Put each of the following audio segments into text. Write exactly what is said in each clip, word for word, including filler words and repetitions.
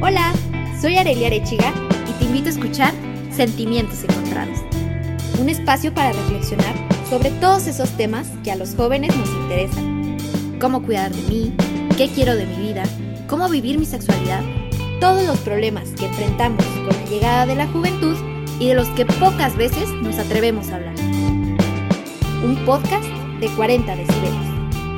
Hola, soy Arelia Arechiga y te invito a escuchar Sentimientos Encontrados, un espacio para reflexionar sobre todos esos temas que a los jóvenes nos interesan. Cómo cuidar de mí, qué quiero de mi vida, cómo vivir mi sexualidad, todos los problemas que enfrentamos con la llegada de la juventud y de los que pocas veces nos atrevemos a hablar. Un podcast de cuarenta decibelios.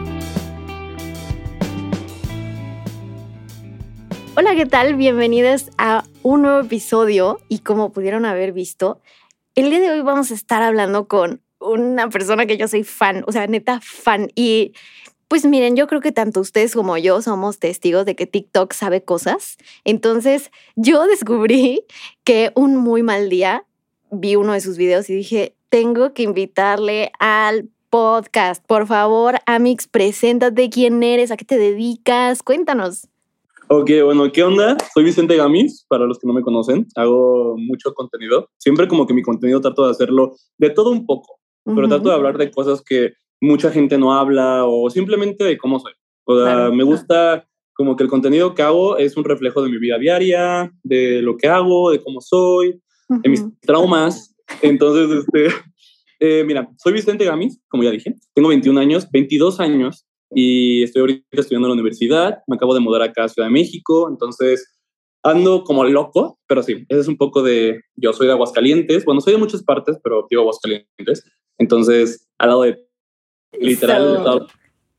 Hola, ¿qué tal? Bienvenidos a un nuevo episodio y como pudieron haber visto, el día de hoy vamos a estar hablando con una persona que yo soy fan, o sea, neta fan. Y pues miren, yo creo que tanto ustedes como yo somos testigos de que TikTok sabe cosas. Entonces yo descubrí que un muy mal día vi uno de sus videos y dije, tengo que invitarle al podcast. Por favor, Amix, preséntate, quién eres, a qué te dedicas, cuéntanos. Ok, bueno, ¿qué onda? Soy Vicente Gamis, para los que no me conocen. Hago mucho contenido. Siempre como que mi contenido trato de hacerlo de todo un poco, uh-huh. pero trato de hablar de cosas que mucha gente no habla o simplemente de cómo soy. O sea, claro. Me gusta como que el contenido que hago es un reflejo de mi vida diaria, de lo que hago, de cómo soy, uh-huh. de mis traumas. Entonces, este, eh, mira, soy Vicente Gamis, como ya dije. Tengo veintiún años, veintidós años. Y estoy ahorita estudiando en la universidad, me acabo de mudar acá a Ciudad de México, entonces ando como loco, pero sí, ese es un poco de, yo soy de Aguascalientes, bueno, soy de muchas partes, pero digo Aguascalientes, entonces al lado de, literal, so... de todo.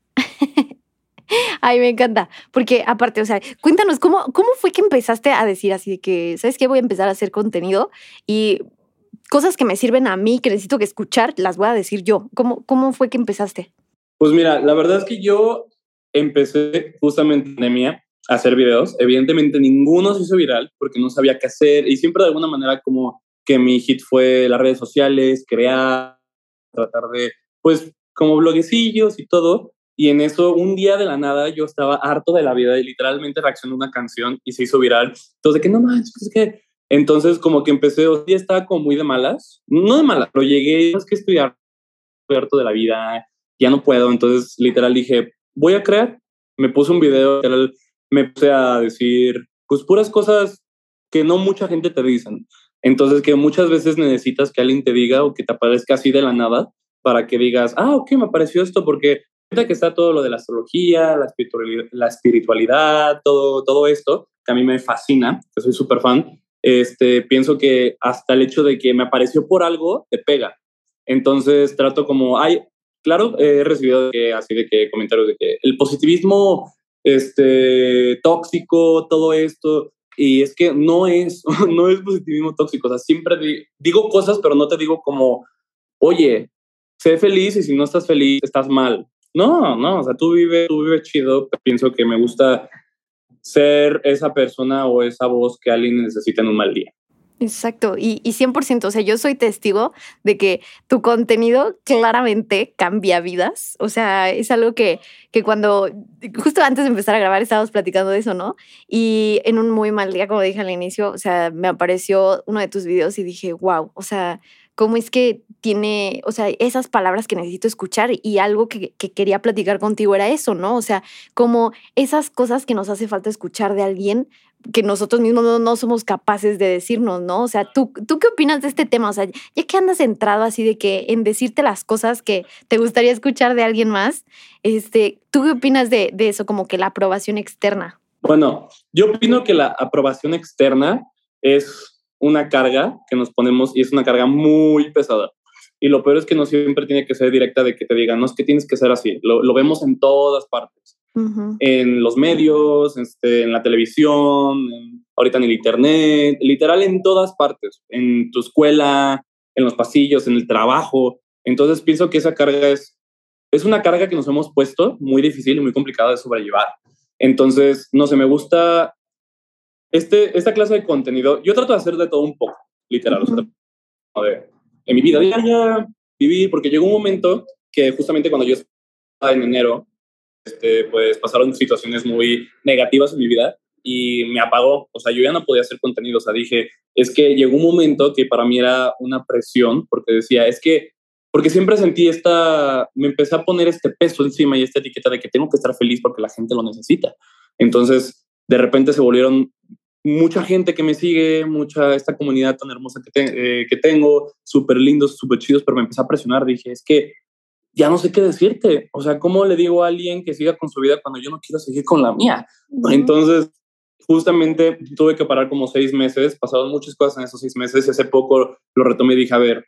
Ay, me encanta, porque aparte, o sea, cuéntanos, ¿cómo, cómo fue que empezaste a decir así de que, ¿sabes qué? Voy a empezar a hacer contenido y cosas que me sirven a mí, que necesito que escuchar, las voy a decir yo. ¿Cómo, cómo fue que empezaste? Pues mira, la verdad es que yo empecé justamente en pandemia a hacer videos. Evidentemente ninguno se hizo viral porque no sabía qué hacer y siempre de alguna manera como que mi hit fue las redes sociales, crear, tratar de, pues, como bloguecillos y todo. Y en eso, un día de la nada, yo estaba harto de la vida y literalmente reaccioné a una canción y se hizo viral. Entonces, de que no manches, pues, que... Entonces, como que empecé, o sea, estaba como muy de malas. No de malas, pero llegué, es que estoy harto de la vida, ya no puedo, entonces literal dije, voy a crear, me puse un video, literal, me puse a decir, pues puras cosas que no mucha gente te dicen, entonces que muchas veces necesitas que alguien te diga o que te aparezca así de la nada, para que digas, ah, ok, me apareció esto, porque ahorita que está todo lo de la astrología, la espiritualidad, la espiritualidad todo, todo esto, que a mí me fascina, que soy súper fan, este, pienso que hasta el hecho de que me apareció por algo, te pega. Entonces trato como, ay, claro, he recibido de que, así de que comentarios de que el positivismo este, tóxico, todo esto, y es que no es, no es positivismo tóxico, o sea, siempre di, digo cosas, pero no te digo como, oye, sé feliz y si no estás feliz, estás mal. No, no, o sea, tú vives, tú vives chido, pienso que me gusta ser esa persona o esa voz que alguien necesita en un mal día. Exacto, y, y cien por ciento, o sea, yo soy testigo de que tu contenido claramente cambia vidas, o sea, es algo que, que cuando, justo antes de empezar a grabar estábamos platicando de eso, ¿no? Y en un muy mal día, como dije al inicio, o sea, me apareció uno de tus videos y dije, wow, o sea, cómo es que tiene, o sea, esas palabras que necesito escuchar y algo que, que quería platicar contigo era eso, ¿no? O sea, como esas cosas que nos hace falta escuchar de alguien que nosotros mismos no, no somos capaces de decirnos, ¿no? O sea, ¿tú, ¿tú qué opinas de este tema? O sea, ya que andas centrado así de que en decirte las cosas que te gustaría escuchar de alguien más, este, ¿tú qué opinas de, de eso, como que la aprobación externa? Bueno, yo opino que la aprobación externa es una carga que nos ponemos y es una carga muy pesada. Y lo peor es que no siempre tiene que ser directa de que te digan, no, es que tienes que ser así. Lo, lo vemos en todas partes. Uh-huh. En los medios, este, en la televisión, en, ahorita en el internet, literal en todas partes, en tu escuela, en los pasillos, en el trabajo. Entonces pienso que esa carga es, es una carga que nos hemos puesto muy difícil y muy complicada de sobrellevar. Entonces, no sé, me gusta este, esta clase de contenido. Yo trato de hacer de todo un poco, literal. Uh-huh. O sea, de, en mi vida diaria, vivir, porque llegó un momento que justamente cuando yo estaba en enero, Este, pues pasaron situaciones muy negativas en mi vida y me apagó, o sea, yo ya no podía hacer contenido, o sea, dije, es que llegó un momento que para mí era una presión, porque decía, es que, porque siempre sentí esta, me empecé a poner este peso encima y esta etiqueta de que tengo que estar feliz porque la gente lo necesita, entonces, de repente se volvieron mucha gente que me sigue, mucha esta comunidad tan hermosa que, te, eh, que tengo, súper lindos, súper chidos, pero me empecé a presionar. Dije, es que ya no sé qué decirte. O sea, ¿cómo le digo a alguien que siga con su vida cuando yo no quiero seguir con la mía? Uh-huh. Entonces, justamente tuve que parar como seis meses, pasaron muchas cosas en esos seis meses y hace poco lo retomé y dije, a ver,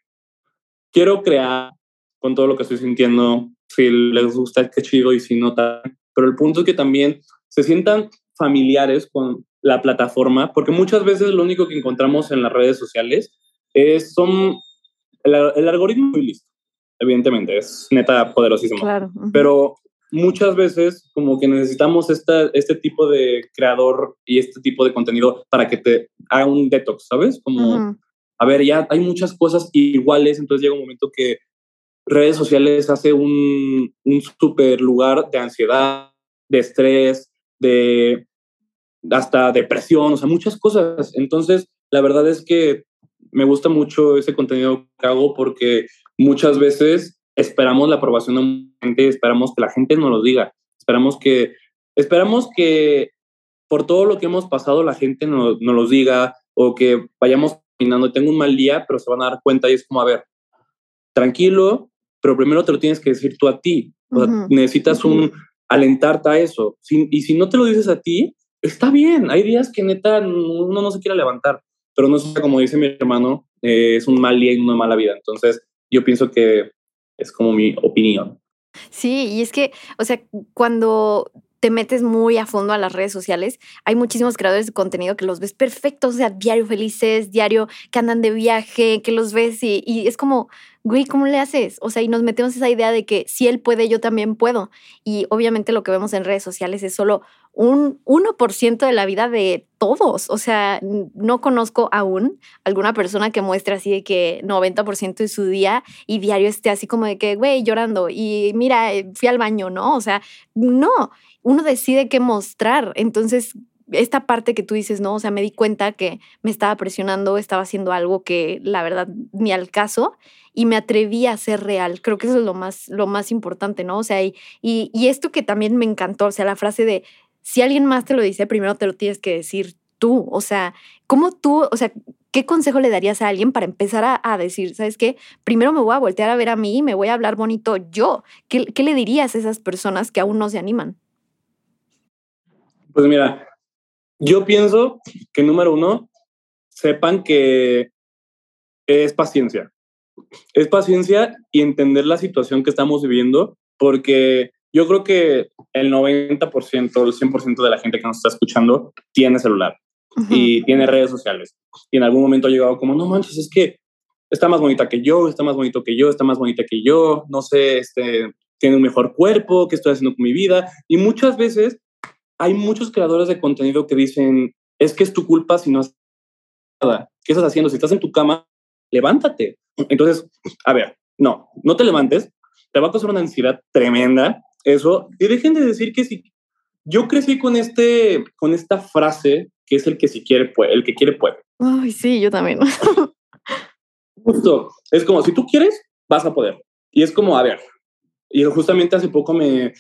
quiero crear con todo lo que estoy sintiendo, si les gusta, qué chido, y si no, también. Pero el punto es que también se sientan familiares con la plataforma, porque muchas veces lo único que encontramos en las redes sociales es, son, el, el algoritmo muy listo, evidentemente, es neta poderosísimo. Claro. Uh-huh. Pero muchas veces como que necesitamos esta, este tipo de creador y este tipo de contenido para que te haga un detox, ¿sabes? Como, uh-huh. a ver, ya hay muchas cosas iguales, entonces llega un momento que redes sociales hace un, un súper lugar de ansiedad, de estrés, de hasta depresión, o sea, muchas cosas. Entonces, la verdad es que me gusta mucho ese contenido que hago porque muchas veces esperamos la aprobación de la gente, esperamos que la gente nos lo diga, esperamos que, esperamos que por todo lo que hemos pasado la gente nos, nos lo diga o que vayamos caminando, tengo un mal día, pero se van a dar cuenta y es como, a ver, tranquilo, pero primero te lo tienes que decir tú a ti. O sea, uh-huh. necesitas uh-huh. un alentarte a eso. Si, y si no te lo dices a ti, está bien. Hay días que neta uno no se quiere levantar, pero no es como dice mi hermano, eh, es un mal día y una mala vida. Entonces, yo pienso que es como mi opinión. Sí, y es que, o sea, cuando te metes muy a fondo a las redes sociales, hay muchísimos creadores de contenido que los ves perfectos, o sea, diario felices, diario que andan de viaje, que los ves y, y es como, güey, ¿cómo le haces? O sea, y nos metemos esa idea de que si él puede, yo también puedo. Y obviamente lo que vemos en redes sociales es solo un uno por ciento de la vida de todos. O sea, no conozco aún alguna persona que muestre así de que noventa por ciento de su día y diario esté así como de que, güey, llorando y mira, fui al baño, ¿no? O sea, no. Uno decide qué mostrar. Entonces, esta parte que tú dices, ¿no? O sea, me di cuenta que me estaba presionando, estaba haciendo algo que la verdad ni al caso y me atreví a ser real. Creo que eso es lo más, lo más importante, ¿no? O sea, y, y, y esto que también me encantó, o sea, la frase de si alguien más te lo dice, primero te lo tienes que decir tú. O sea, ¿cómo tú, o sea, qué consejo le darías a alguien para empezar a, a decir, ¿sabes qué? Primero me voy a voltear a ver a mí y me voy a hablar bonito yo. ¿Qué, qué le dirías a esas personas que aún no se animan? Pues mira, yo pienso que número uno, sepan que es paciencia. Es paciencia y entender la situación que estamos viviendo, porque yo creo que el noventa por ciento, el cien por ciento de la gente que nos está escuchando tiene celular uh-huh. y tiene redes sociales. Y en algún momento ha llegado como, no manches, es que está más bonita que yo, está más bonito que yo, está más bonita que yo, no sé, este, tiene un mejor cuerpo, ¿qué estoy haciendo con mi vida? Y muchas veces hay muchos creadores de contenido que dicen, es que es tu culpa si no haces nada. ¿Qué estás haciendo? Si estás en tu cama, levántate. Entonces, a ver, no, no te levantes, te va a causar una ansiedad tremenda, eso, y dejen de decir que si, yo crecí con este, con esta frase, que es el que si quiere puede, el que quiere puede. Ay, sí, yo también. Justo, es como, si tú quieres, vas a poder. Y es como, a ver, y justamente hace poco me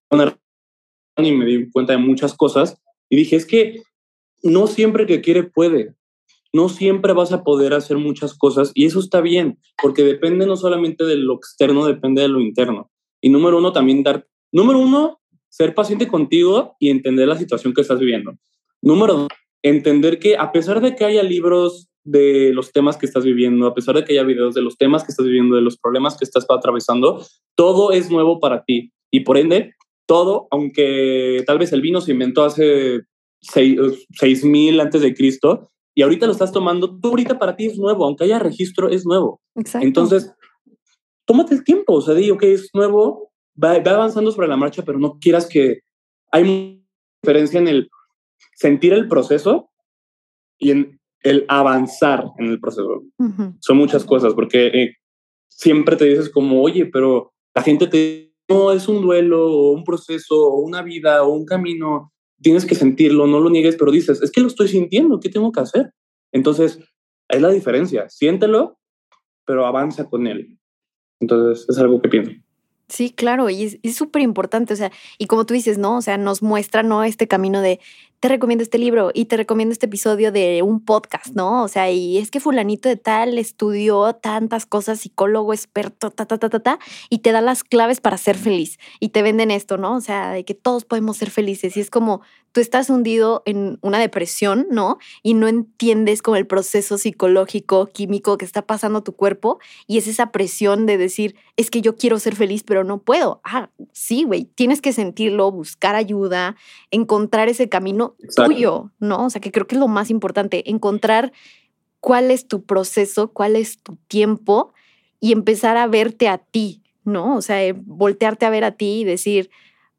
y me di cuenta de muchas cosas y dije, es que no siempre que quiere puede. No siempre vas a poder hacer muchas cosas y eso está bien, porque depende no solamente de lo externo, depende de lo interno. Y número uno, también dar, número uno, ser paciente contigo y entender la situación que estás viviendo. Número dos, entender que a pesar de que haya libros de los temas que estás viviendo, a pesar de que haya videos de los temas que estás viviendo, de los problemas que estás atravesando, todo es nuevo para ti y por ende, todo, aunque tal vez el vino se inventó hace seis mil antes de Cristo, y ahorita lo estás tomando, tú ahorita para ti es nuevo, aunque haya registro, es nuevo. Exacto. Entonces, tómate el tiempo, o sea, di, ok, es nuevo, va, va avanzando sobre la marcha, pero no quieras que... Hay una diferencia en el sentir el proceso y en el avanzar en el proceso. Uh-huh. Son muchas cosas, porque eh, siempre te dices como, oye, pero la gente te... No, es un duelo, o un proceso, o una vida, o un camino... Tienes que sentirlo, no lo niegues, pero dices, es que lo estoy sintiendo, ¿qué tengo que hacer? Entonces, es la diferencia. Siéntelo, pero avanza con él. Entonces, es algo que pienso. Sí, claro, y es súper importante, o sea, y como tú dices, ¿no? O sea, nos muestra, ¿no? Este camino de te recomiendo este libro y te recomiendo este episodio de un podcast, ¿no? O sea, y es que fulanito de tal estudió tantas cosas, psicólogo, experto, ta, ta, ta, ta, ta, y te da las claves para ser feliz. Y te venden esto, ¿no? O sea, de que todos podemos ser felices. Y es como, tú estás hundido en una depresión, ¿no? Y no entiendes como el proceso psicológico, químico que está pasando tu cuerpo. Y es esa presión de decir, es que yo quiero ser feliz, pero no puedo. Ah, sí, güey, tienes que sentirlo, buscar ayuda, encontrar ese camino Exacto. tuyo, ¿no? O sea, que creo que es lo más importante, encontrar cuál es tu proceso, cuál es tu tiempo y empezar a verte a ti, ¿no? O sea, eh, voltearte a ver a ti y decir,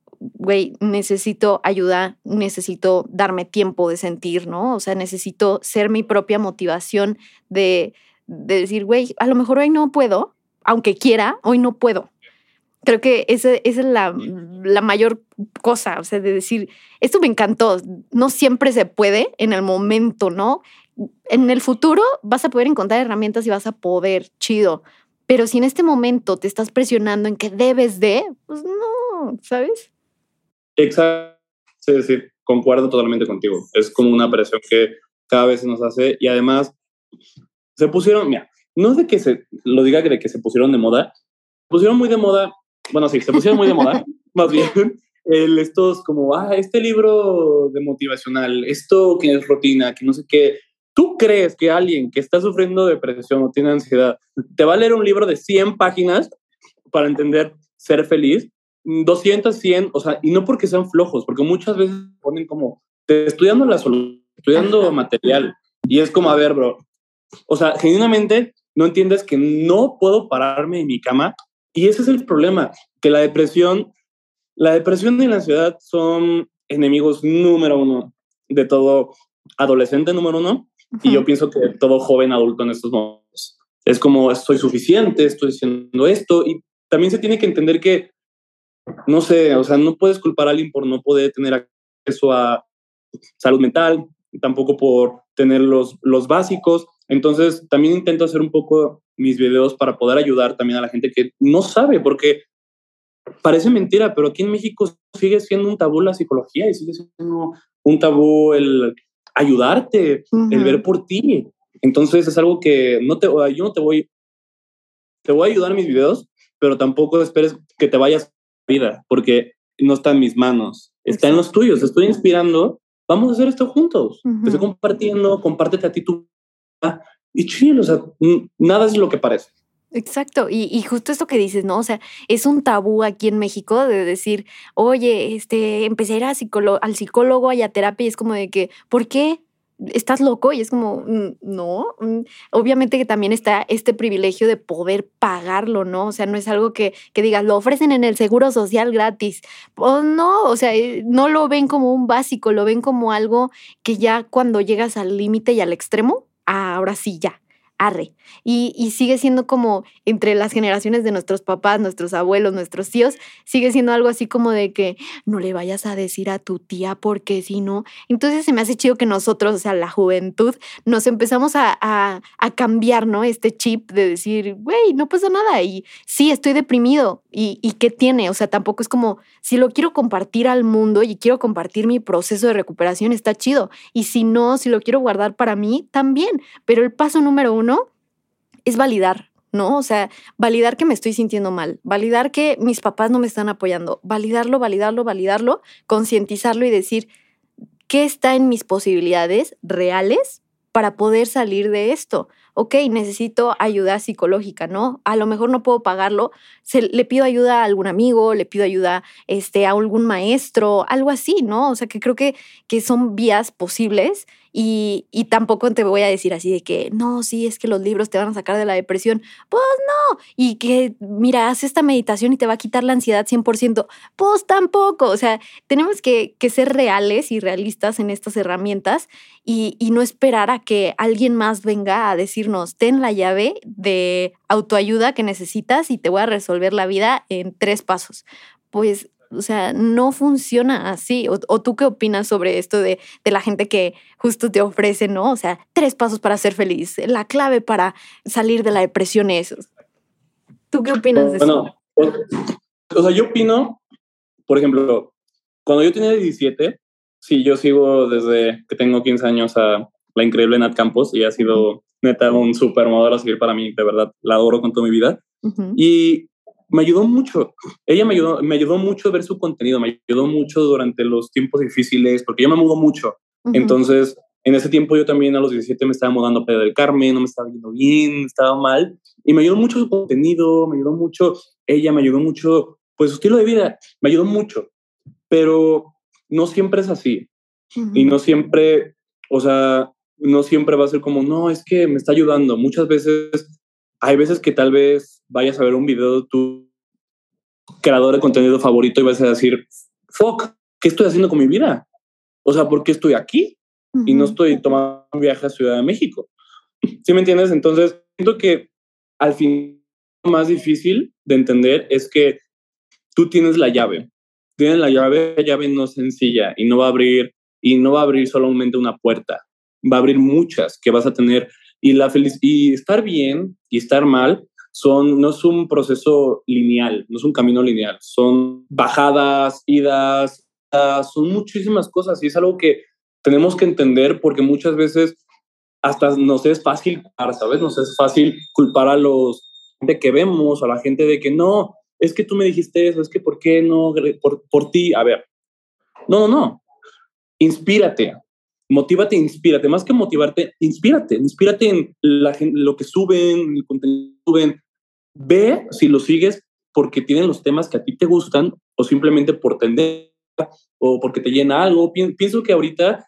güey, necesito ayuda, necesito darme tiempo de sentir, ¿no? O sea, necesito ser mi propia motivación de, de decir, güey, a lo mejor hoy no puedo, aunque quiera, hoy no puedo. Creo que esa, esa es la, la mayor cosa, o sea, de decir, esto me encantó, no siempre se puede en el momento, ¿no? En el futuro vas a poder encontrar herramientas y vas a poder, chido, pero si en este momento te estás presionando en que debes de, pues no, ¿sabes? Exacto. Sí, sí, concuerdo totalmente contigo. Es como una presión que cada vez se nos hace y además se pusieron, mira, no es de que se lo diga de que se pusieron de moda, se pusieron muy de moda, bueno, sí, se pusieron muy de moda, más bien, el, estos como, ah, este libro de motivacional, esto que es rutina, que no sé qué. ¿Tú crees que alguien que está sufriendo depresión o tiene ansiedad te va a leer un libro de cien páginas para entender ser feliz? doscientas, cien, o sea, y no porque sean flojos, porque muchas veces ponen como te estudiando la solución, estudiando Ajá. material, y es como, a ver, bro, o sea, genuinamente no entiendes que no puedo pararme en mi cama, y ese es el problema, que la depresión, la depresión y la ansiedad son enemigos número uno de todo adolescente número uno, uh-huh. y yo pienso que todo joven adulto en estos momentos. Es como, estoy suficiente, estoy haciendo esto, y también se tiene que entender que no sé, o sea, no puedes culpar a alguien por no poder tener acceso a salud mental, tampoco por tener los, los básicos. Entonces, también intento hacer un poco mis videos para poder ayudar también a la gente que no sabe, porque parece mentira, pero aquí en México sigue siendo un tabú la psicología y sigue siendo un tabú el ayudarte, uh-huh. el ver por ti. Entonces, es algo que no te, yo no te voy, te voy a ayudar en mis videos, pero tampoco esperes que te vayas vida, porque no está en mis manos, está Exacto. en los tuyos, te estoy inspirando, vamos a hacer esto juntos, uh-huh. te estoy compartiendo, compártete a ti tú, y chill, o sea, nada es lo que parece. Exacto, y, y justo esto que dices, ¿no? O sea, es un tabú aquí en México de decir, oye, este, empecé a ir a psicólogo, al psicólogo y a terapia, y es como de que, ¿por qué? ¿Estás loco? Y es como, no, obviamente que también está este privilegio de poder pagarlo, ¿no? O sea, no es algo que, que digas, lo ofrecen en el seguro social gratis. O no, o sea, no lo ven como un básico, lo ven como algo que ya cuando llegas al límite y al extremo, ah, ahora sí, ya. Arre. Y, y sigue siendo como entre las generaciones de nuestros papás, nuestros abuelos, nuestros tíos, sigue siendo algo así como de que no le vayas a decir a tu tía porque si no. Entonces se me hace chido que nosotros, o sea, la juventud, nos empezamos a, a, a cambiar, ¿no? Este chip de decir, güey, no pasa nada. Y sí, estoy deprimido. ¿Y, ¿Y qué tiene? O sea, tampoco es como, si lo quiero compartir al mundo y quiero compartir mi proceso de recuperación, está chido. Y si no, si lo quiero guardar para mí, también. Pero el paso número uno es validar, ¿no? O sea, validar que me estoy sintiendo mal, validar que mis papás no me están apoyando, validarlo, validarlo, validarlo, concientizarlo y decir qué está en mis posibilidades reales para poder salir de esto. Ok, necesito ayuda psicológica, ¿no? A lo mejor no puedo pagarlo, se, le pido ayuda a algún amigo, le pido ayuda este, a algún maestro, algo así, ¿no? O sea, que creo que, que son vías posibles y, y tampoco te voy a decir así de que, no, sí, es que los libros te van a sacar de la depresión. Pues no, y que, mira, haz esta meditación y te va a quitar la ansiedad cien por ciento. Pues tampoco, o sea, tenemos que, que ser reales y realistas en estas herramientas y, y no esperar a que alguien más venga a decirnos, ten la llave de autoayuda que necesitas y te voy a resolver la vida en tres pasos. Pues, o sea, no funciona así. ¿O, o tú qué opinas sobre esto de, de la gente que justo te ofrece, ¿no? O sea, tres pasos para ser feliz, la clave para salir de la depresión es... ¿Tú qué opinas de bueno, eso? O sea, yo opino, por ejemplo, cuando yo tenía diecisiete, sí, yo sigo desde que tengo quince años a la increíble Nat Campos y ha sido neta un súper modelo a seguir para mí, de verdad, la adoro con toda mi vida. Uh-huh. Y me ayudó mucho, ella me ayudó, me ayudó mucho a ver su contenido, me ayudó mucho durante los tiempos difíciles, porque yo me mudo mucho. Uh-huh. Entonces, en ese tiempo yo también a los diecisiete me estaba mudando a Playa del Carmen, no me estaba yendo bien, estaba mal, y me ayudó mucho su contenido, me ayudó mucho ella, me ayudó mucho, pues su estilo de vida, me ayudó mucho, pero no siempre es así. Uh-huh. Y no siempre, o sea, no siempre va a ser como, no, es que me está ayudando. Muchas veces, hay veces que tal vez vayas a ver un video de tu creador de contenido favorito y vas a decir, fuck, ¿qué estoy haciendo con mi vida? O sea, ¿por qué estoy aquí? Uh-huh. Y no estoy tomando un viaje a Ciudad de México. ¿Sí me entiendes? Entonces, siento que al fin lo más difícil de entender es que tú tienes la llave. Tienes la llave, la llave no es sencilla y no va a abrir, y no va a abrir solamente una puerta. Va a abrir muchas que vas a tener. Y, la felic- y estar bien y estar mal son, no es un proceso lineal, no es un camino lineal. Son bajadas, idas, son muchísimas cosas y es algo que tenemos que entender porque muchas veces hasta nos es fácil culpar, ¿sabes? Nos es fácil culpar a los gente que vemos, a la gente de que no, es que tú me dijiste eso, es que ¿por qué no? Por, por ti, a ver. No, no, no. Inspírate. Motívate, inspírate. Más que motivarte, inspírate. Inspírate en la, lo que suben, el contenido que suben. Ve si lo sigues porque tienen los temas que a ti te gustan o simplemente por tendencia o porque te llena algo. Pienso que ahorita,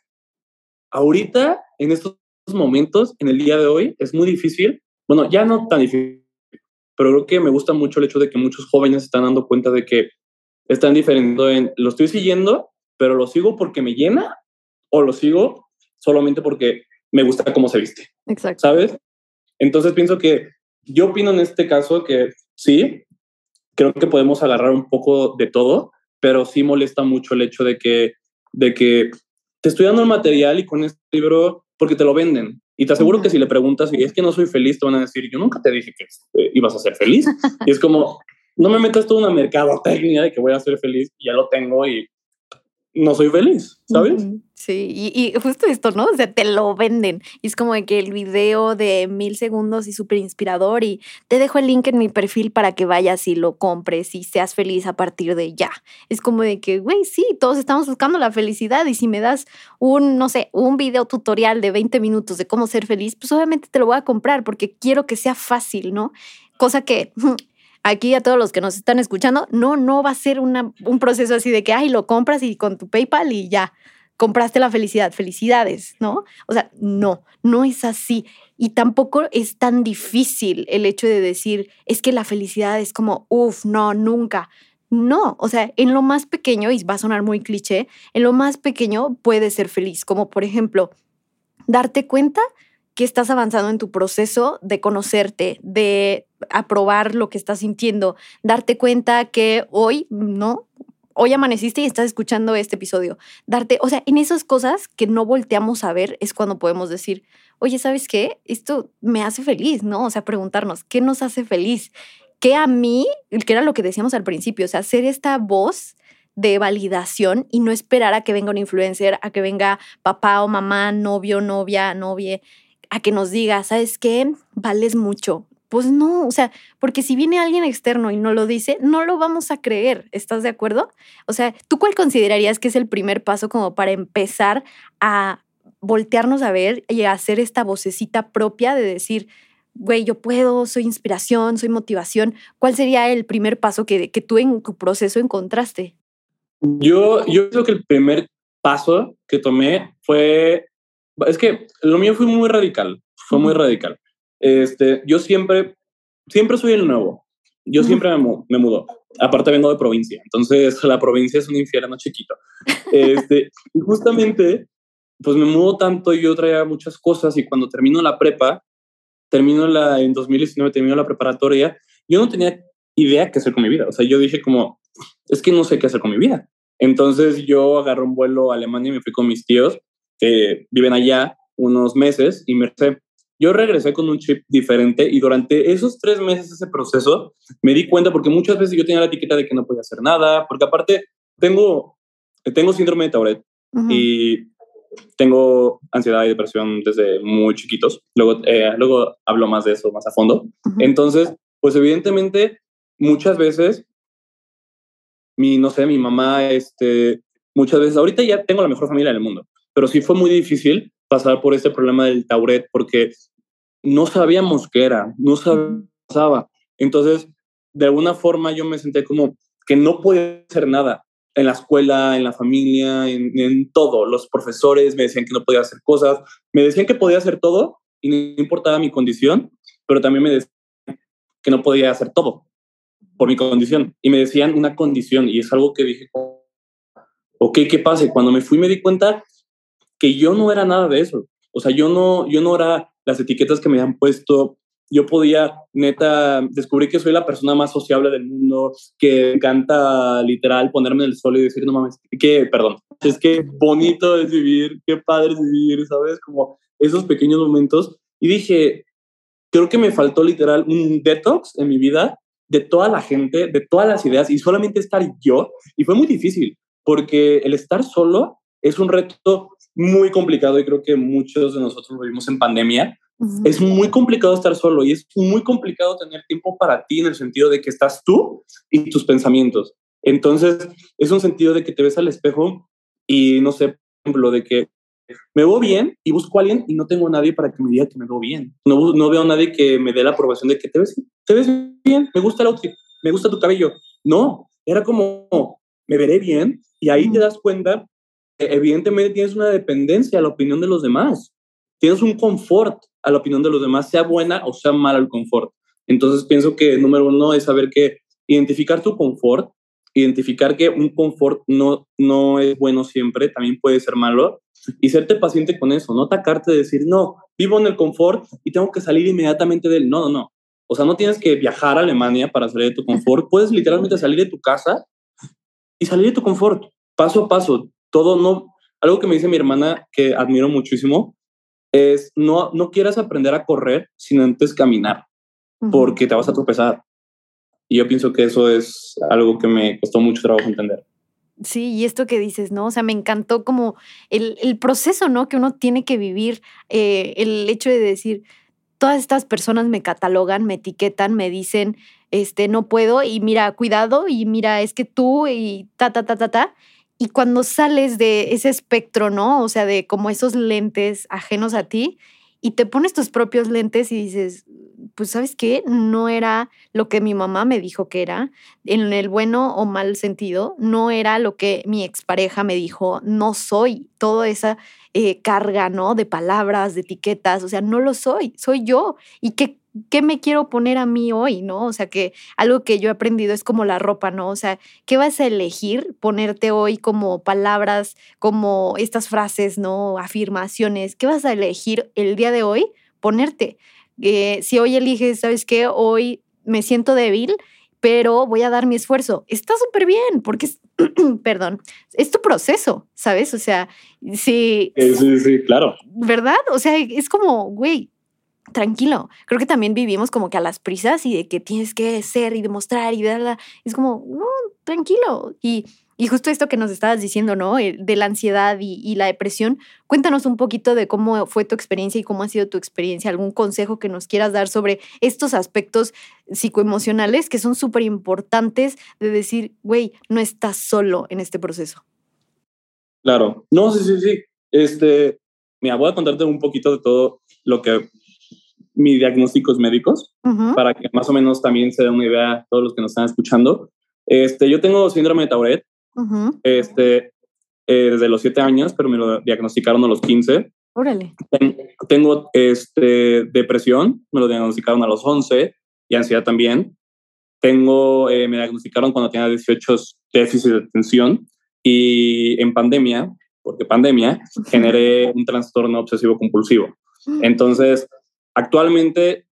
ahorita, en estos momentos, en el día de hoy, es muy difícil. Bueno, ya no tan difícil, pero creo que me gusta mucho el hecho de que muchos jóvenes se están dando cuenta de que están diferenciando en lo estoy siguiendo, pero lo sigo porque me llena o lo sigo solamente porque me gusta cómo se viste. Exacto. ¿Sabes? Entonces pienso que yo opino en este caso que sí, creo que podemos agarrar un poco de todo, pero sí molesta mucho el hecho de que, de que te estoy dando el material y con este libro porque te lo venden. Y te aseguro uh-huh. que si le preguntas y es que no soy feliz, te van a decir, yo nunca te dije que eh, ibas a ser feliz. Y es como, no me metas toda una mercadotecnia de que voy a ser feliz, ya lo tengo y no soy feliz, ¿sabes? Uh-huh. Sí, y, y justo esto, ¿no? O sea, te lo venden. Y es como de que el video de mil segundos y súper inspirador y te dejo el link en mi perfil para que vayas y lo compres y seas feliz a partir de ya. Es como de que, güey, sí, todos estamos buscando la felicidad y si me das un, no sé, un video tutorial de veinte minutos de cómo ser feliz, pues obviamente te lo voy a comprar porque quiero que sea fácil, ¿no? Cosa que... Aquí a todos los que nos están escuchando, no, no va a ser una, un proceso así de que, ay, lo compras y con tu PayPal y ya, compraste la felicidad, felicidades, ¿no? O sea, no, no es así. Y tampoco es tan difícil el hecho de decir, es que la felicidad es como, uff, no, nunca. No, o sea, en lo más pequeño, y va a sonar muy cliché, en lo más pequeño puedes ser feliz, como por ejemplo, darte cuenta que estás avanzando en tu proceso de conocerte, de aprobar lo que estás sintiendo, darte cuenta que hoy, ¿no? Hoy amaneciste y estás escuchando este episodio. Darte, o sea, en esas cosas que no volteamos a ver es cuando podemos decir, oye, ¿sabes qué? Esto me hace feliz, ¿no? O sea, preguntarnos, ¿qué nos hace feliz? ¿Qué a mí, que era lo que decíamos al principio, o sea, ser esta voz de validación y no esperar a que venga un influencer, a que venga papá o mamá, novio, novia, novie, a que nos diga, ¿sabes qué? Vales mucho. Pues no, o sea, porque si viene alguien externo y no lo dice, no lo vamos a creer. ¿Estás de acuerdo? O sea, ¿tú cuál considerarías que es el primer paso como para empezar a voltearnos a ver y a hacer esta vocecita propia de decir, güey, yo puedo, soy inspiración, soy motivación? ¿Cuál sería el primer paso que, que tú en tu proceso encontraste? Yo, yo creo que el primer paso que tomé fue, es que lo mío fue muy radical, fue muy radical. Este, yo siempre, siempre soy el nuevo. Yo siempre me, me mudo. Aparte vengo de provincia, entonces la provincia es un infierno chiquito. Este, y justamente, pues me mudo tanto y yo traía muchas cosas y cuando termino la prepa, termino la, en dos mil diecinueve termino la preparatoria, yo no tenía idea qué hacer con mi vida. O sea, yo dije como, es que no sé qué hacer con mi vida. Entonces yo agarré un vuelo a Alemania y me fui con mis tíos que viven allá unos meses y me regresé. Yo regresé con un chip diferente y durante esos tres meses, ese proceso, me di cuenta porque muchas veces yo tenía la etiqueta de que no podía hacer nada, porque aparte tengo, tengo síndrome de Tourette. Ujú. y tengo ansiedad y depresión desde muy chiquitos. Luego, eh, luego hablo más de eso más a fondo. Ujú. Entonces, pues evidentemente, muchas veces, mi, no sé, mi mamá, este, muchas veces, ahorita ya tengo la mejor familia del mundo, pero sí fue muy difícil pasar por este problema del Tourette porque no sabíamos qué era, no Ujú. sabía. Entonces, de alguna forma yo me senté como que no podía hacer nada en la escuela, en la familia, en, en todo. Los profesores me decían que no podía hacer cosas, me decían que podía hacer todo y no importaba mi condición, pero también me decían que no podía hacer todo por mi condición. Y me decían una condición y es algo que dije, ok, ¿qué pasa? Y cuando me fui me di cuenta que yo no era nada de eso. O sea, yo no, yo no era las etiquetas que me han puesto. Yo podía, neta, descubrir que soy la persona más sociable del mundo, que me encanta literal ponerme en el sol y decir, no mames, que, perdón, es que bonito es vivir, qué padre es vivir, ¿sabes? Como esos pequeños momentos. Y dije, creo que me faltó literal un detox en mi vida de toda la gente, de todas las ideas y solamente estar yo. Y fue muy difícil porque el estar solo es un reto muy complicado y creo que muchos de nosotros lo vivimos en pandemia. Ujú. Es muy complicado estar solo y es muy complicado tener tiempo para ti en el sentido de que estás tú y tus pensamientos. Entonces, es un sentido de que te ves al espejo y no sé, por ejemplo, de que me veo bien y busco a alguien y no tengo a nadie para que me diga que me veo bien. No, no veo a nadie que me dé la aprobación de que te ves, te ves bien, me gusta el outfit, me gusta tu cabello. No, era como, me veré bien y ahí te Ujú. das cuenta que evidentemente tienes una dependencia a la opinión de los demás. Tienes un confort a la opinión de los demás, sea buena o sea mala el confort. Entonces pienso que número uno es saber que identificar tu confort, identificar que un confort no, no es bueno siempre, también puede ser malo, y serte paciente con eso, no atacarte de decir, no, vivo en el confort y tengo que salir inmediatamente de él. No, no, no. O sea, no tienes que viajar a Alemania para salir de tu confort. Puedes literalmente salir de tu casa y salir de tu confort, paso a paso. Todo no. Algo que me dice mi hermana que admiro muchísimo es no, no quieras aprender a correr sin antes caminar, Ujú. porque te vas a tropezar. Y yo pienso que eso es algo que me costó mucho trabajo entender. Sí, y esto que dices, ¿no? O sea, me encantó como el, el proceso, ¿no? Que uno tiene que vivir, eh, el hecho de decir, todas estas personas me catalogan, me etiquetan, me dicen, este, no puedo, y mira, cuidado, y mira, es que tú, y ta, ta, ta, ta, ta. Y cuando sales de ese espectro, ¿no? O sea, de como esos lentes ajenos a ti, y te pones tus propios lentes y dices, pues, ¿sabes qué? No era lo que mi mamá me dijo que era, en el bueno o mal sentido, no era lo que mi expareja me dijo, no soy toda esa eh, carga, ¿no? De palabras, de etiquetas, o sea, no lo soy, soy yo. ¿Y qué, qué me quiero poner a mí hoy, no? O sea, que algo que yo he aprendido es como la ropa, ¿no? O sea, ¿qué vas a elegir ponerte hoy como palabras, como estas frases, ¿no? Afirmaciones, ¿qué vas a elegir el día de hoy ponerte? Eh, si hoy eliges, ¿sabes qué? Hoy me siento débil, pero voy a dar mi esfuerzo. Está súper bien, porque es, perdón, es tu proceso, ¿sabes? O sea, sí, Sí, sí, sí, claro. ¿verdad? O sea, es como, güey, tranquilo. Creo que también vivimos como que a las prisas y de que tienes que ser y demostrar y darla. Es como, no, tranquilo. Y, y justo esto que nos estabas diciendo, ¿no? Eh, De la ansiedad y, y la depresión. Cuéntanos un poquito de cómo fue tu experiencia y cómo ha sido tu experiencia. ¿Algún consejo que nos quieras dar sobre estos aspectos psicoemocionales que son súper importantes de decir, güey, no estás solo en este proceso? Claro. No, sí, sí, sí. Este, mira, voy a contarte un poquito de todo lo que mis diagnósticos médicos, Ujú. para que más o menos también se den una idea a todos los que nos están escuchando. Este, yo tengo síndrome de Tourette, Ujú. este, eh, desde los siete años, pero me lo diagnosticaron a los quince. Órale. Ten- tengo este, depresión, me lo diagnosticaron a los once y ansiedad también. Tengo, eh, me diagnosticaron cuando tenía dieciocho déficit de atención y en pandemia, porque pandemia, generé un trastorno obsesivo compulsivo. Entonces, actualmente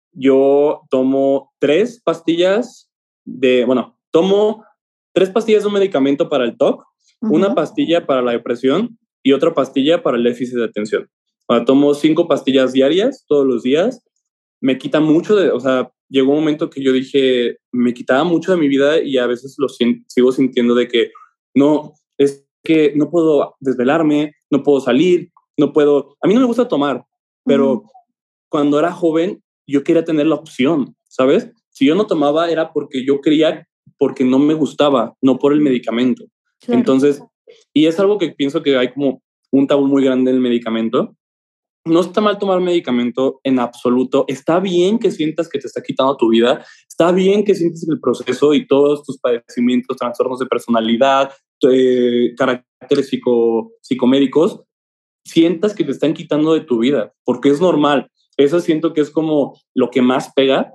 yo tomo tres pastillas de, bueno, tomo tres pastillas de un medicamento para el T O C, una Ujú. pastilla para la depresión y otra pastilla para el déficit de atención. O sea, tomo cinco pastillas diarias, todos los días. Me quita mucho de, o sea, llegó un momento que yo dije, me quitaba mucho de mi vida y a veces lo siento, sigo sintiendo de que no, es que no puedo desvelarme, no puedo salir, no puedo... A mí no me gusta tomar, pero uh-huh. cuando era joven yo quería tener la opción, ¿sabes? Si yo no tomaba era porque yo quería, porque no me gustaba, no por el medicamento. Claro. Entonces, y es algo que pienso que hay como un tabú muy grande en el medicamento. No está mal tomar medicamento en absoluto. Está bien que sientas que te está quitando tu vida. Está bien que sientes el proceso y todos tus padecimientos, trastornos de personalidad, eh, caracteres psico, psicomédicos, sientas que te están quitando de tu vida, porque es normal. Eso siento que es como lo que más pega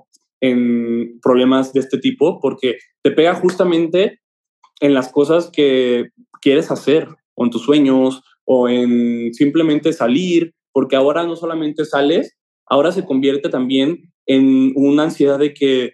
en problemas de este tipo, porque te pega justamente en las cosas que quieres hacer, o en tus sueños, o en simplemente salir, porque ahora no solamente sales, ahora se convierte también en una ansiedad de que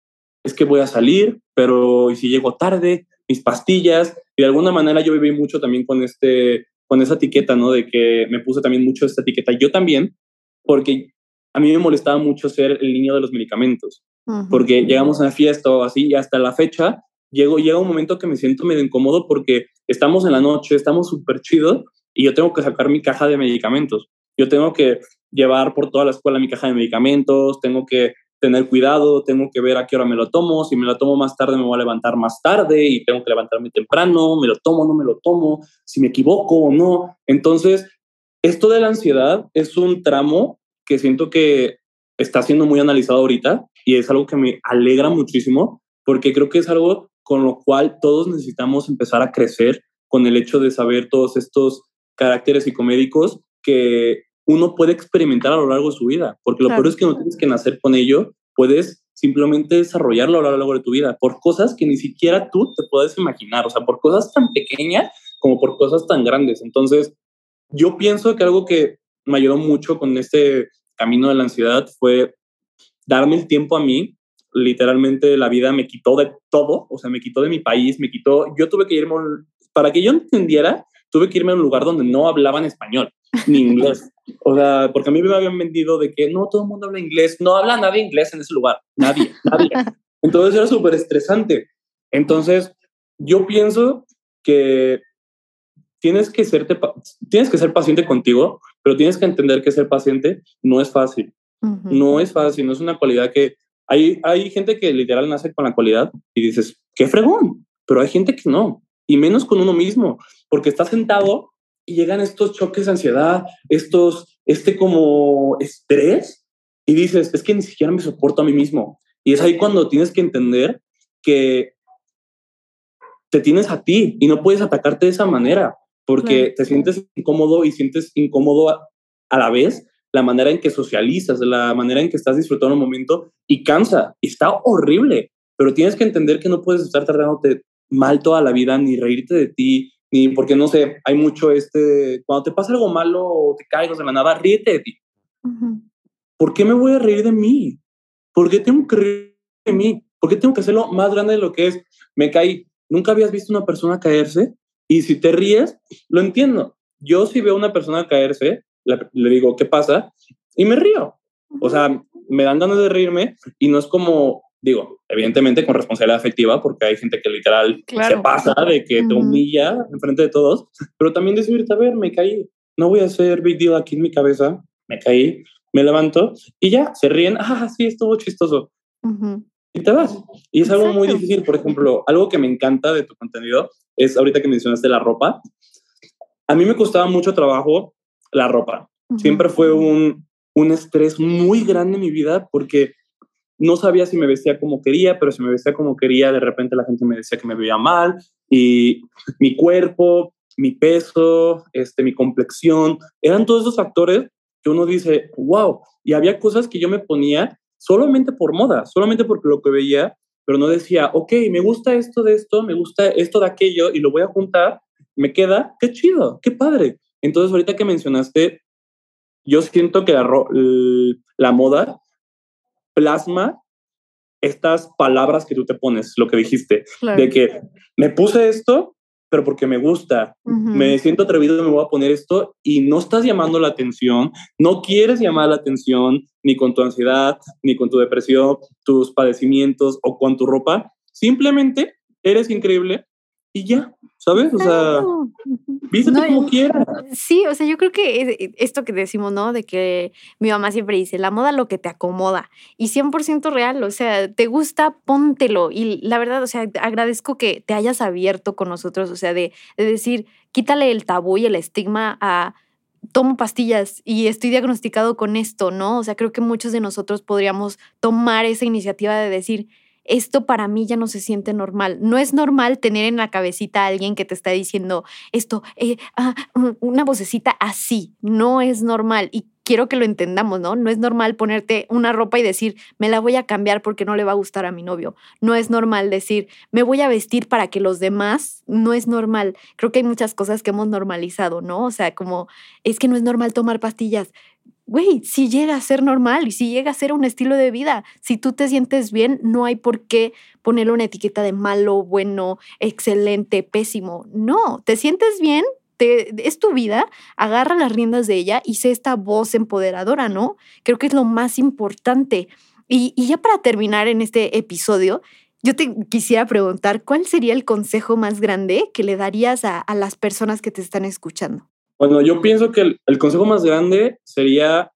es que voy a salir, pero ¿y si llego tarde? Mis pastillas, y de alguna manera yo viví mucho también con, este, con esa etiqueta, ¿no? De que me puse también mucho esta etiqueta, yo también, porque a mí me molestaba mucho ser el niño de los medicamentos, uh-huh. porque llegamos a una fiesta o así, y hasta la fecha, llego, llega un momento que me siento medio incómodo porque estamos en la noche, estamos súper chidos, y yo tengo que sacar mi caja de medicamentos. Yo tengo que llevar por toda la escuela mi caja de medicamentos, tengo que tener cuidado, tengo que ver a qué hora me lo tomo, si me lo tomo más tarde me voy a levantar más tarde y tengo que levantarme temprano, me lo tomo, no me lo tomo, si me equivoco o no. Entonces, esto de la ansiedad es un tramo que siento que está siendo muy analizado ahorita y es algo que me alegra muchísimo porque creo que es algo con lo cual todos necesitamos empezar a crecer con el hecho de saber todos estos caracteres psicomédicos que uno puede experimentar a lo largo de su vida, porque lo claro. peor es que no tienes que nacer con ello, puedes simplemente desarrollarlo a lo largo de tu vida, por cosas que ni siquiera tú te puedes imaginar, o sea, por cosas tan pequeñas como por cosas tan grandes. Entonces, yo pienso que algo que me ayudó mucho con este camino de la ansiedad fue darme el tiempo a mí. Literalmente la vida me quitó de todo, o sea, me quitó de mi país, me quitó, yo tuve que irme, para que yo entendiera, tuve que irme a un lugar donde no hablaban español, ni inglés. O sea, porque a mí me habían vendido de que no, todo el mundo habla inglés. No habla nadie inglés en ese lugar. Nadie, nadie. Entonces era súper estresante. Entonces, yo pienso que tienes que, serte, tienes que ser paciente contigo, pero tienes que entender que ser paciente no es fácil. Uh-huh. No es fácil, no es una cualidad que... Hay, hay gente que literal nace con la cualidad y dices, qué fregón, pero hay gente que no. Y menos con uno mismo, porque está sentado y llegan estos choques de ansiedad, estos, este como estrés, y dices, es que ni siquiera me soporto a mí mismo. Y es ahí cuando tienes que entender que te tienes a ti y no puedes atacarte de esa manera, porque claro. te sientes incómodo y sientes incómodo a, a la vez la manera en que socializas, la manera en que estás disfrutando un momento y cansa, y está horrible, pero tienes que entender que no puedes estar tratándote mal toda la vida, ni reírte de ti, ni porque, no sé, hay mucho este, cuando te pasa algo malo o te caigas de la nada, ríete de ti. Uh-huh. ¿Por qué me voy a reír de mí? ¿Por qué tengo que reír de mí? ¿Por qué tengo que hacerlo más grande de lo que es? Me caí. ¿Nunca habías visto una persona caerse? Y si te ríes, lo entiendo. Yo si veo a una persona caerse, le, le digo, ¿qué pasa? Y me río. O sea, me dan ganas de reírme y no es como... Digo, evidentemente con responsabilidad afectiva, porque hay gente que literal claro. se pasa de que uh-huh. te humilla enfrente de todos, pero también decirte, a ver, me caí, no voy a hacer big deal aquí en mi cabeza, me caí, me levanto y ya, se ríen, ah, sí, estuvo chistoso. Uh-huh. Y te vas. Y es Exacto. algo muy difícil, por ejemplo, algo que me encanta de tu contenido es, ahorita que mencionaste la ropa, a mí me costaba mucho trabajo la ropa. Uh-huh. Siempre fue un, un estrés muy grande en mi vida porque no sabía si me vestía como quería, pero si me vestía como quería, de repente la gente me decía que me veía mal y mi cuerpo, mi peso, este, mi complexión, eran todos esos factores que uno dice, wow, y había cosas que yo me ponía solamente por moda, solamente porque lo que veía, pero no decía, ok, me gusta esto de esto, me gusta esto de aquello y lo voy a juntar, me queda, qué chido, qué padre. Entonces ahorita que mencionaste, yo siento que la, la moda plasma estas palabras que tú te pones, lo que dijiste, claro. de que me puse esto, pero porque me gusta, uh-huh. me siento atrevido, me voy a poner esto y no estás llamando la atención, no quieres llamar la atención ni con tu ansiedad, ni con tu depresión, tus padecimientos o con tu ropa, simplemente eres increíble y ya, ¿sabes? O sea, vístete no, como quieras. Sí, o sea, yo creo que esto que decimos, ¿no? De que mi mamá siempre dice, la moda lo que te acomoda. Y cien por ciento real, o sea, te gusta, póntelo. Y la verdad, o sea, agradezco que te hayas abierto con nosotros, o sea, de, de decir, quítale el tabú y el estigma a tomo pastillas y estoy diagnosticado con esto, ¿no? O sea, creo que muchos de nosotros podríamos tomar esa iniciativa de decir, esto para mí ya no se siente normal. No es normal tener en la cabecita a alguien que te está diciendo esto, eh, ah, una vocecita así. No es normal. Y quiero que lo entendamos, ¿no? No es normal ponerte una ropa y decir, me la voy a cambiar porque no le va a gustar a mi novio. No es normal decir, me voy a vestir para que los demás. No es normal. Creo que hay muchas cosas que hemos normalizado, ¿no? O sea, como, es que no es normal tomar pastillas. Güey, si llega a ser normal y si llega a ser un estilo de vida, si tú te sientes bien, no hay por qué ponerle una etiqueta de malo, bueno, excelente, pésimo. No, te sientes bien, te, es tu vida, agarra las riendas de ella y sé esta voz empoderadora, ¿no? Creo que es lo más importante. Y, y ya para terminar en este episodio, yo te quisiera preguntar, ¿cuál sería el consejo más grande que le darías a, a las personas que te están escuchando? Bueno, yo pienso que el, el consejo más grande sería,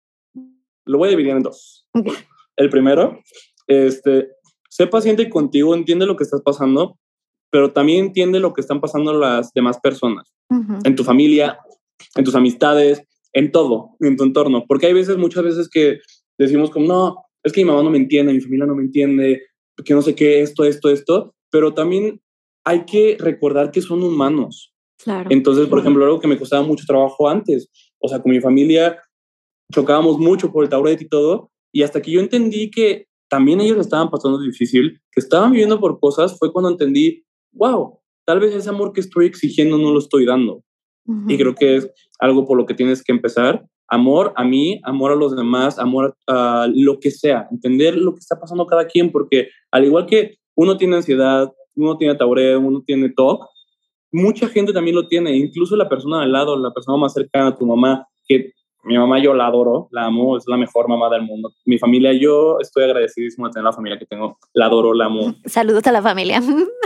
lo voy a dividir en dos. Okay. El primero, este, sé paciente contigo, entiende lo que estás pasando, pero también entiende lo que están pasando las demás personas, uh-huh. En tu familia, en tus amistades, en todo, en tu entorno. Porque hay veces, muchas veces que decimos como, no, es que mi mamá no me entiende, mi familia no me entiende, que no sé qué, esto, esto, esto, pero también hay que recordar que son humanos. Claro. Entonces, por ejemplo, algo que me costaba mucho trabajo antes, o sea, con mi familia chocábamos mucho por el Tauret y todo, y hasta que yo entendí que también ellos estaban pasando difícil, que estaban viviendo por cosas, fue cuando entendí, wow, tal vez ese amor que estoy exigiendo no lo estoy dando. Uh-huh. Y creo que es algo por lo que tienes que empezar. Amor a mí, amor a los demás, amor a lo que sea, entender lo que está pasando cada quien, porque al igual que uno tiene ansiedad, uno tiene Tauret, uno tiene T O C, mucha gente también lo tiene, incluso la persona al lado, la persona más cercana a tu mamá, que mi mamá yo la adoro, la amo, es la mejor mamá del mundo. Mi familia, yo estoy agradecidísimo de tener la familia que tengo, la adoro, la amo. Saludos a la familia.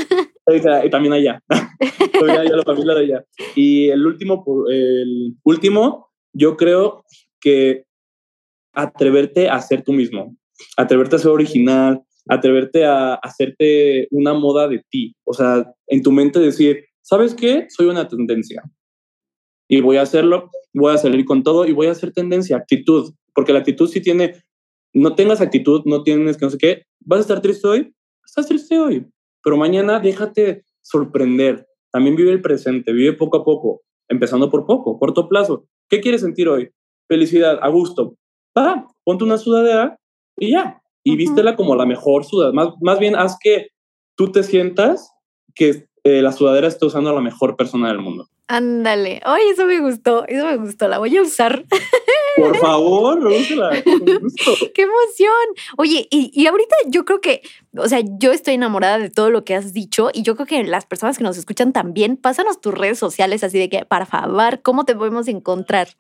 Y, y también allá, también allá la familia de allá. Y el último, el último, yo creo que atreverte a ser tú mismo, atreverte a ser original, atreverte a hacerte una moda de ti, o sea, en tu mente decir, ¿sabes qué? Soy una tendencia y voy a hacerlo, voy a salir con todo y voy a hacer tendencia, actitud, porque la actitud sí tiene, no tengas actitud, no tienes que no sé qué, vas a estar triste hoy, estás triste hoy, pero mañana déjate sorprender, también vive el presente, vive poco a poco, empezando por poco, corto plazo. ¿Qué quieres sentir hoy? Felicidad, a gusto. Va, ponte una sudadera y ya, y uh-huh. vístela como la mejor sudadera, más, más bien haz que tú te sientas que Eh, la sudadera está usando a la mejor persona del mundo. Ándale. Oye, eso me gustó, eso me gustó, la voy a usar. Por favor, úsela, con gusto. ¡Qué emoción! Oye, y, y ahorita yo creo que, o sea, yo estoy enamorada de todo lo que has dicho y yo creo que las personas que nos escuchan también, pásanos tus redes sociales así de que, para favor, ¿cómo te podemos encontrar?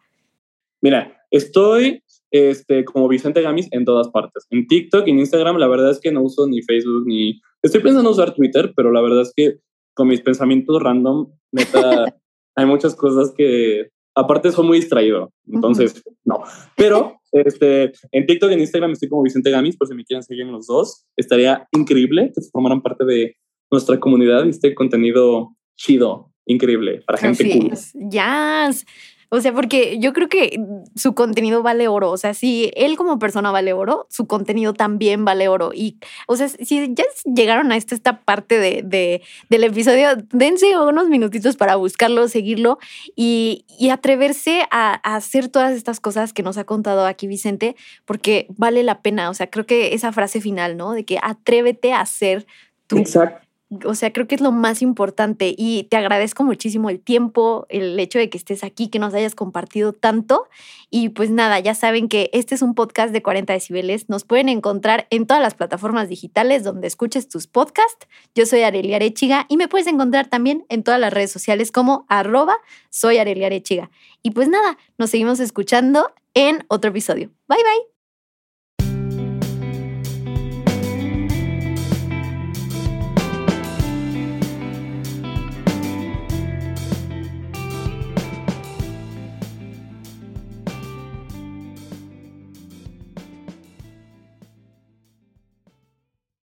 Mira, estoy este, como Vicente Gamis en todas partes. En TikTok, en Instagram, la verdad es que no uso ni Facebook ni... Estoy pensando en usar Twitter, pero la verdad es que con mis pensamientos random, neta, hay muchas cosas que, aparte, soy muy distraído, entonces, uh-huh. no. Pero este, en TikTok y en Instagram estoy como Vicente Gamis, por si me quieren seguir en los dos. Estaría increíble que formaran parte de nuestra comunidad y este contenido chido, increíble, para gente Así cool. Es. Yes. O sea, porque yo creo que su contenido vale oro. O sea, si él como persona vale oro, su contenido también vale oro. Y, o sea, si ya llegaron a esta, esta parte de, de, del episodio, dense unos minutitos para buscarlo, seguirlo y, y atreverse a, a hacer todas estas cosas que nos ha contado aquí Vicente, porque vale la pena. O sea, creo que esa frase final, ¿no? De que atrévete a ser tú. Exacto. O sea, creo que es lo más importante y te agradezco muchísimo el tiempo, el hecho de que estés aquí, que nos hayas compartido tanto. Y pues nada, ya saben que este es un podcast de cuarenta decibeles. Nos pueden encontrar en todas las plataformas digitales donde escuches tus podcasts. Yo soy Arelia Arechiga y me puedes encontrar también en todas las redes sociales como arroba soy Arelia Arechiga. Y pues nada, nos seguimos escuchando en otro episodio. Bye, bye.